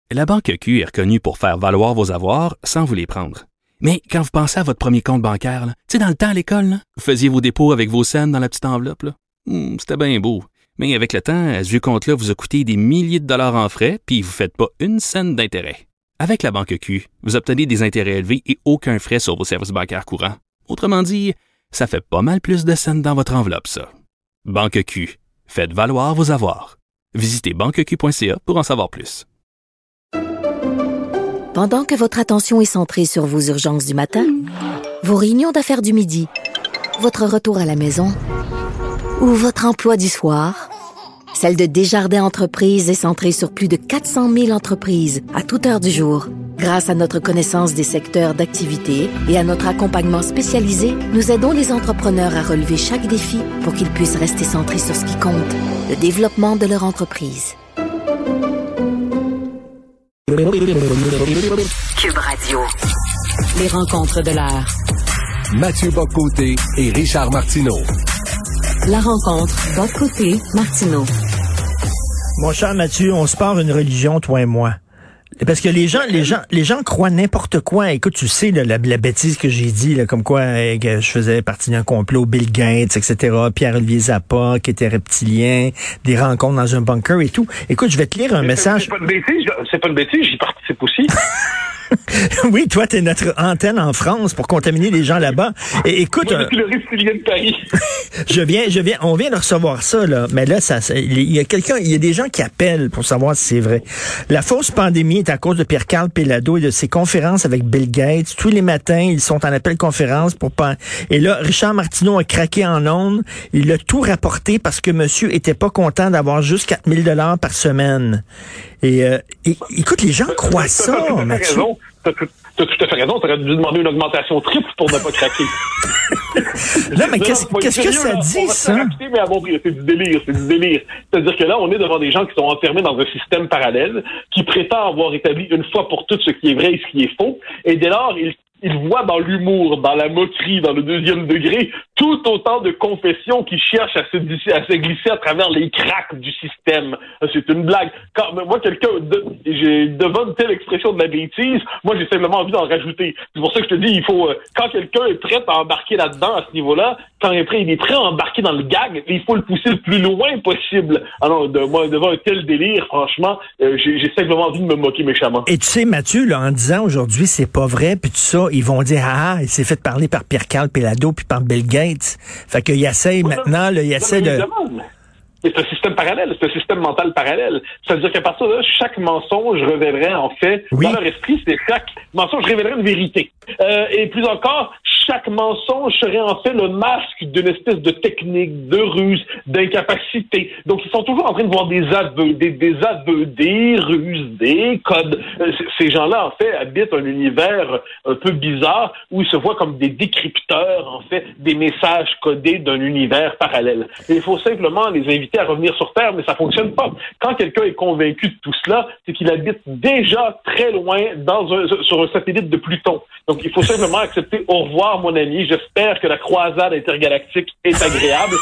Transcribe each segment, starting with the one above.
La Banque Q est reconnue pour faire valoir vos avoirs sans vous les prendre. Mais quand vous pensez à votre premier compte bancaire, tu sais, dans le temps à l'école, là, vous faisiez vos dépôts avec vos scènes dans la petite enveloppe. Là. C'était bien beau. Mais avec le temps, ce vieux compte-là vous a coûté des milliers de dollars en frais, puis vous ne faites pas une scène d'intérêt. Avec la Banque Q, vous obtenez des intérêts élevés et aucun frais sur vos services bancaires courants. Autrement dit, ça fait pas mal plus de scènes dans votre enveloppe, ça. Banque Q. Faites valoir vos avoirs. Visitez banqueq.ca pour en savoir plus. Pendant que votre attention est centrée sur vos urgences du matin, vos réunions d'affaires du midi, votre retour à la maison ou votre emploi du soir, celle de Desjardins Entreprises est centrée sur plus de 400 000 entreprises à toute heure du jour. Grâce à notre connaissance des secteurs d'activité et à notre accompagnement spécialisé, nous aidons les entrepreneurs à relever chaque défi pour qu'ils puissent rester centrés sur ce qui compte, le développement de leur entreprise. Cube Radio. Les rencontres de l'heure. Mathieu Bock-Côté et Richard Martineau. La rencontre Bock-Côté-Martineau. Mon cher Mathieu, on se part une religion, toi et moi. Parce que les gens croient n'importe quoi. Écoute, tu sais, la bêtise que j'ai dit, là, comme quoi que je faisais partie d'un complot, Bill Gates, etc., Pierre-Olivier Zappa, qui était reptilien, des rencontres dans un bunker et tout. Écoute, je vais te lire un message. C'est pas une bêtise, j'y participe aussi. Oui, toi, t'es notre antenne en France pour contaminer les gens là-bas. Et écoute, moi, depuis le reptilien de Paris. on vient de recevoir ça, là. Mais là, il y a des gens qui appellent pour savoir si c'est vrai. La fausse pandémie est à cause de Pierre-Carl Péladeau et de ses conférences avec Bill Gates. Tous les matins, ils sont en appel conférence pour pas. Et là, Richard Martineau a craqué en ondes. Il a tout rapporté parce que monsieur était pas content d'avoir juste 4 000 $ par semaine. Et écoute, les gens croient ça, Mathieu. T'as tout à fait raison. T'aurais dû demander une augmentation triple pour ne pas craquer. Non, mais qu'est-ce que ça dit, ça? Mais à bon prix, c'est du délire. C'est-à-dire que là, on est devant des gens qui sont enfermés dans un système parallèle, qui prétend avoir établi une fois pour toutes ce qui est vrai et ce qui est faux. Et dès lors, ils voient dans l'humour, dans la moquerie, dans le deuxième degré, tout autant de confessions qui cherchent à se glisser à travers les cracks du système. C'est une blague. Quand moi, devant une telle expression de la bêtise, moi, j'ai simplement envie d'en rajouter. C'est pour ça que je te dis, il faut, quand quelqu'un est prêt à embarquer là-dedans, à ce niveau-là, quand il est prêt à embarquer dans le gag, il faut le pousser le plus loin possible. Alors, devant un tel délire, franchement, j'ai simplement envie de me moquer méchamment. Et tu sais, Mathieu, là, en disant aujourd'hui, c'est pas vrai, puis tout ça, ils vont dire, il s'est fait parler par Pierre-Carl Péladeau puis par Bill Gates. Fait qu'il essaye maintenant, là, il essaie de... C'est un système parallèle, c'est un système mental parallèle. C'est-à-dire qu'à partir de là, chaque mensonge révélerait en fait, dans leur esprit, chaque mensonge révélerait une vérité. Et plus encore, chaque mensonge serait en fait le masque d'une espèce de technique, de ruse, d'incapacité. Donc, ils sont toujours en train de voir des aveux, des ruses, des codes. Ces gens-là, en fait, habitent un univers un peu bizarre où ils se voient comme des décrypteurs, en fait, des messages codés d'un univers parallèle. Et il faut simplement les inviter à revenir sur Terre, mais ça fonctionne pas. Quand quelqu'un est convaincu de tout cela, c'est qu'il habite déjà très loin sur un satellite de Pluton. Donc, il faut simplement accepter au revoir, mon ami. J'espère que la croisade intergalactique est agréable.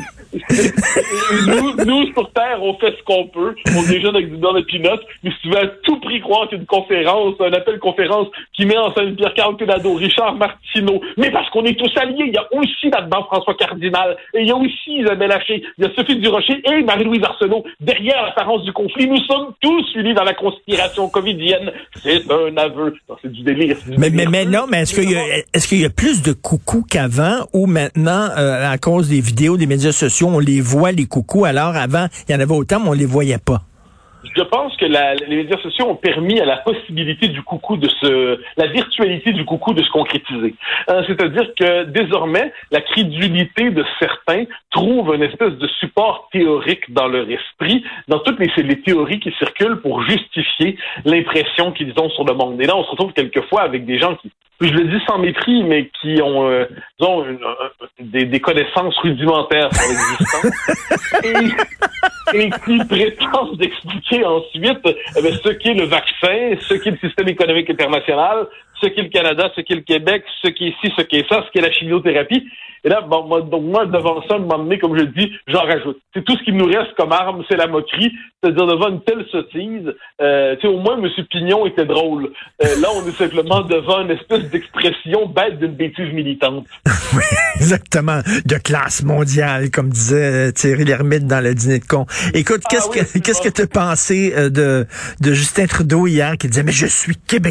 nous, sur Terre, on fait ce qu'on peut. On déjeune avec du beurre de peanuts. Mais si tu veux à tout prix croire qu'une conférence, un appel conférence qui met en scène Pierre-Carl Péladeau, Richard Martineau, mais parce qu'on est tous alliés, il y a aussi là-dedans François Cardinal, et il y a aussi Isabelle Haché, il y a Sophie Durocher et Marie-Louise Arsenault. Derrière l'apparence du conflit, nous sommes tous unis dans la conspiration covidienne. C'est un aveu. Non, c'est du délire. Mais non, mais est-ce qu'il y a plus de coucous qu'avant ou maintenant, à cause des vidéos, des médias sociaux, on les voit, les coucous, alors avant, il y en avait autant, mais on les voyait pas? Je pense que les médias sociaux ont permis à la possibilité du coucou la virtualité du coucou de se concrétiser. C'est-à-dire que désormais, la crédulité de certains trouve une espèce de support théorique dans leur esprit, dans toutes les théories qui circulent pour justifier l'impression qu'ils ont sur le monde. Et là, on se retrouve quelquefois avec des gens qui je le dis sans mépris, mais qui ont disons, des connaissances rudimentaires sur l'existence, et qui prétendent d'expliquer ensuite ce qu'est le vaccin, ce qu'est le système économique international, ce qu'est le Canada, ce qu'est le Québec, ce qu'est ici, ce qu'est ça, ce qu'est la chimiothérapie. Et là, bon, moi, devant ça, à un moment donné, comme je le dis, j'en rajoute. C'est tout ce qui nous reste comme arme, c'est la moquerie. C'est-à-dire, devant une telle sottise, au moins, M. Pignon était drôle. Là, on est simplement devant une espèce d'expression bête d'une bêtise militante. Oui, exactement. De classe mondiale, comme disait Thierry Lhermitte dans le dîner de con. Écoute, qu'est-ce que tu as pensé de Justin Trudeau hier qui disait « Mais je suis québécois ».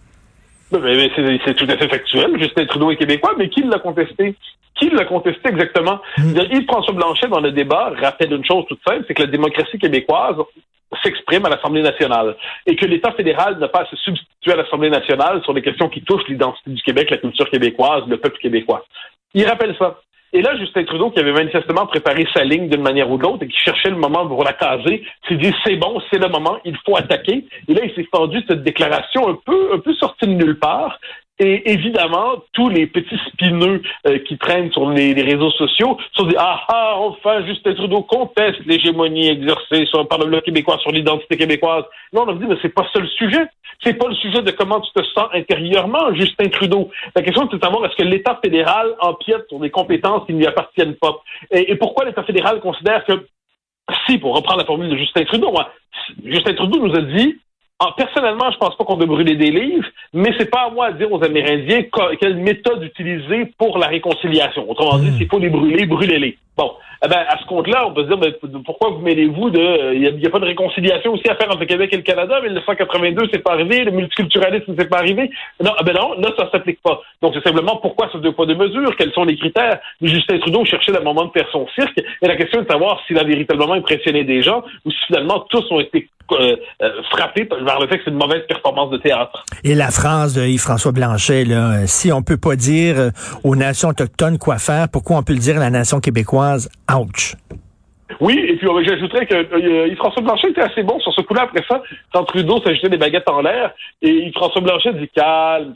Mais c'est tout à fait factuel. Justin Trudeau est québécois, mais qui l'a contesté? Qui l'a contesté exactement? Yves-François Blanchet, dans le débat, rappelle une chose toute simple, c'est que la démocratie québécoise s'exprime à l'Assemblée nationale et que l'État fédéral n'a pas à se substituer à l'Assemblée nationale sur les questions qui touchent l'identité du Québec, la culture québécoise, le peuple québécois. Il rappelle ça. Et là, Justin Trudeau, qui avait manifestement préparé sa ligne d'une manière ou de l'autre et qui cherchait le moment pour la caser, s'est dit c'est bon, c'est le moment, il faut attaquer. Et là, il s'est fendu de cette déclaration un peu sortie de nulle part. Et évidemment, tous les petits spineux qui traînent sur les réseaux sociaux se sont dit enfin, Justin Trudeau conteste l'hégémonie exercée par le Bloc québécois sur l'identité québécoise. Là, on a dit, mais c'est pas ça le sujet. C'est pas le sujet de comment tu te sens intérieurement, Justin Trudeau. La question, c'est de savoir est-ce que l'État fédéral empiète sur des compétences qui ne lui appartiennent pas. Et pourquoi l'État fédéral considère que, si, pour reprendre la formule de Justin Trudeau, Justin Trudeau nous a dit, personnellement, je pense pas qu'on doit brûler des livres, mais c'est pas à moi à dire aux Amérindiens quelle méthode utiliser pour la réconciliation. Autrement dit, s'il faut les brûler, brûlez-les. Bon, à ce compte-là, on peut se dire, pourquoi vous mêlez-vous il n'y a pas de réconciliation aussi à faire entre le Québec et le Canada? 1982, c'est pas arrivé. Le multiculturalisme, c'est pas arrivé. Non, là, ça s'applique pas. Donc, c'est simplement pourquoi ce deux poids, deux mesures? Quels sont les critères? Justin Trudeau cherchait le moment de faire son cirque. Et la question est de savoir s'il a véritablement impressionné des gens ou si finalement tous ont été frappés par le fait que c'est une mauvaise performance de théâtre. Et la phrase de Yves-François Blanchet, là, si on peut pas dire aux nations autochtones quoi faire, pourquoi on peut le dire à la nation québécoise? Ouch! Oui, et puis j'ajouterais que Yves-François Blanchet était assez bon sur ce coup-là après ça, quand Trudeau s'agitait des baguettes en l'air, et Yves-François Blanchet dit calme,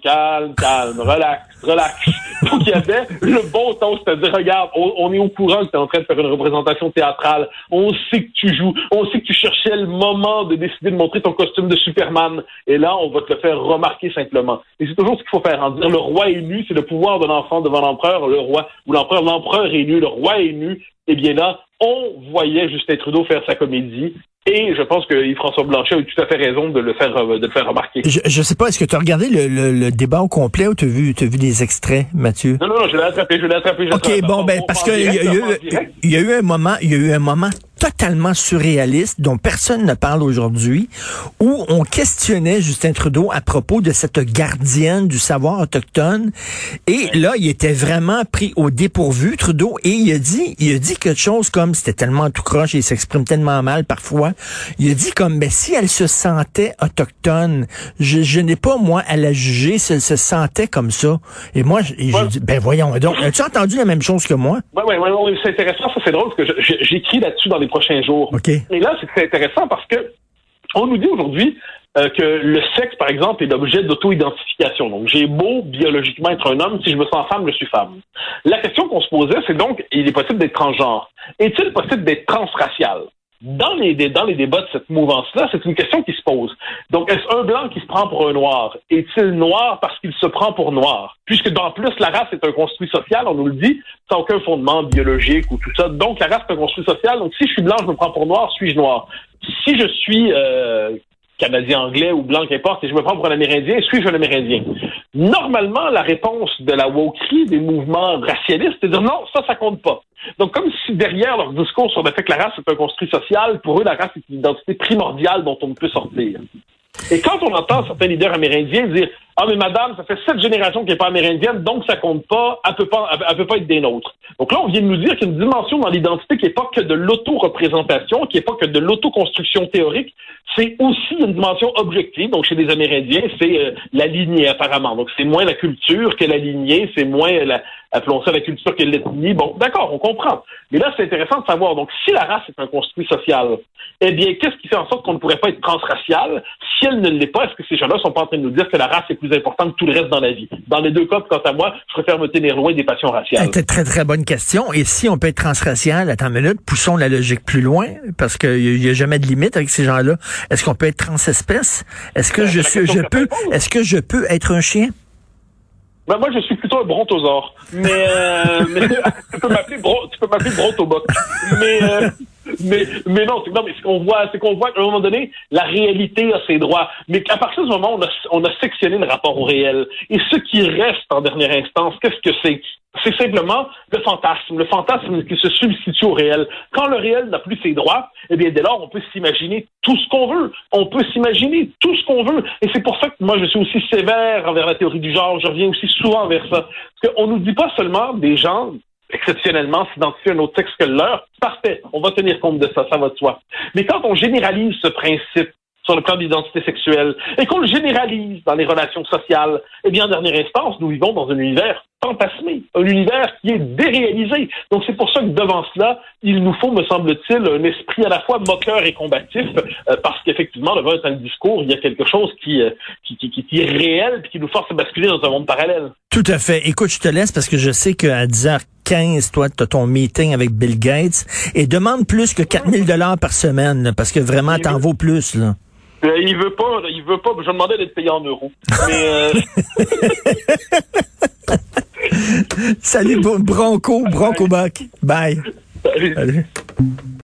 relax. Donc il y avait le bon ton, c'est-à-dire regarde, on est au courant que tu es en train de faire une représentation théâtrale, on sait que tu joues, on sait que tu cherchais le moment de décider de montrer ton costume de Superman, et là on va te le faire remarquer simplement. Et c'est toujours ce qu'il faut faire, en dire le roi est nu, c'est le pouvoir de l'enfant devant l'empereur, le roi, ou l'empereur est nu, le roi est nu. Eh bien là, on voyait Justin Trudeau faire sa comédie. Et je pense que Yves-François Blanchet a eu tout à fait raison de le faire remarquer. Je sais pas, est-ce que tu as regardé le débat au complet ou t'as vu des extraits, Mathieu? Non, je l'ai attrapé. OK, bon, parce que il y a eu un moment totalement surréaliste dont personne ne parle aujourd'hui, où on questionnait Justin Trudeau à propos de cette gardienne du savoir autochtone. Et là, il était vraiment pris au dépourvu, Trudeau, et il a dit quelque chose comme, c'était tellement tout croche et il s'exprime tellement mal parfois, il a dit comme, si elle se sentait autochtone, je n'ai pas, moi, à la juger si elle se sentait comme ça. Et moi, j'ai dit, voyons donc, as-tu entendu la même chose que moi? Oui, c'est intéressant, ça c'est drôle, parce que j'écris là-dessus dans les prochains jours. Okay. Et là, c'est intéressant parce que on nous dit aujourd'hui que le sexe, par exemple, est l'objet d'auto-identification. Donc, j'ai beau biologiquement être un homme, si je me sens femme, je suis femme. La question qu'on se posait, c'est donc, il est possible d'être transgenre. Est-il possible d'être transracial? Dans les débats de cette mouvance-là, c'est une question qui se pose. Donc, est-ce un blanc qui se prend pour un noir? Est-il noir parce qu'il se prend pour noir? Puisque, en plus, la race est un construit social, on nous le dit, sans aucun fondement biologique ou tout ça. Donc, la race est un construit social. Donc, si je suis blanc, je me prends pour noir, suis-je noir? Si je suis Canadien, anglais ou blanc, qu'importe, et je me prends pour un Amérindien, suis-je un Amérindien? Normalement, la réponse de la wokerie, des mouvements racialistes, c'est de dire non, ça compte pas. Donc, comme si derrière leur discours sur le fait que la race est un construit social, pour eux, la race est une identité primordiale dont on ne peut sortir. Et quand on entend certains leaders amérindiens dire « Ah, mais madame, ça fait 7 générations qu'elle n'est pas amérindienne, donc ça compte pas, elle peut pas être des nôtres. » Donc là, on vient de nous dire qu'il y a une dimension dans l'identité qui n'est pas que de l'auto-représentation, qui n'est pas que de l'auto-construction théorique, c'est aussi une dimension objective. Donc chez les Amérindiens, c'est la lignée apparemment. Donc c'est moins la culture que la lignée, c'est moins appelons ça la culture que l'ethnie. Bon, d'accord, on comprend. Mais là, c'est intéressant de savoir. Donc, si la race est un construit social, eh bien, qu'est-ce qui fait en sorte qu'on ne pourrait pas être transracial? Si elle ne l'est pas, est-ce que ces gens-là sont pas en train de nous dire que la race est plus importante que tout le reste dans la vie? Dans les deux cas, quant à moi, je préfère me tenir loin des passions raciales. C'est une très, très bonne question. Et si on peut être transracial, attends une minute, poussons la logique plus loin, parce qu'il n'y a jamais de limite avec ces gens-là. Est-ce qu'on peut être transespèce? Est-ce que est-ce que je peux être un chien? Ben moi, je suis plutôt un brontosaure. Mais tu peux m'appeler brontoboc. Mais non, mais ce qu'on voit qu'à un moment donné, la réalité a ses droits. Mais à partir du moment où on a sectionné le rapport au réel, et ce qui reste en dernière instance, qu'est-ce que c'est? C'est simplement le fantasme qui se substitue au réel. Quand le réel n'a plus ses droits, eh bien, dès lors, on peut s'imaginer tout ce qu'on veut. Et c'est pour ça que moi, je suis aussi sévère envers la théorie du genre. Je reviens aussi souvent vers ça. Parce qu'on nous dit pas seulement des gens exceptionnellement s'identifient à un autre sexe que le leur. Parfait, on va tenir compte de ça, ça va de soi. Mais quand on généralise ce principe sur le plan de l'identité sexuelle et qu'on le généralise dans les relations sociales, eh bien, en dernière instance, nous vivons dans un univers fantasmé, un univers qui est déréalisé. Donc, c'est pour ça que devant cela, il nous faut, me semble-t-il, un esprit à la fois moqueur et combatif, parce qu'effectivement, devant un tel discours, il y a quelque chose qui est réel et qui nous force à basculer dans un monde parallèle. Tout à fait. Écoute, je te laisse parce que je sais qu'à 10h15, toi, tu as ton meeting avec Bill Gates et demande plus que 4 000 $ par semaine, là, parce que vraiment, t'en vaux plus, là. Il veut pas. Je demandais d'être payé en euros. Mais Salut, Bronco Bac. Bye. Salut.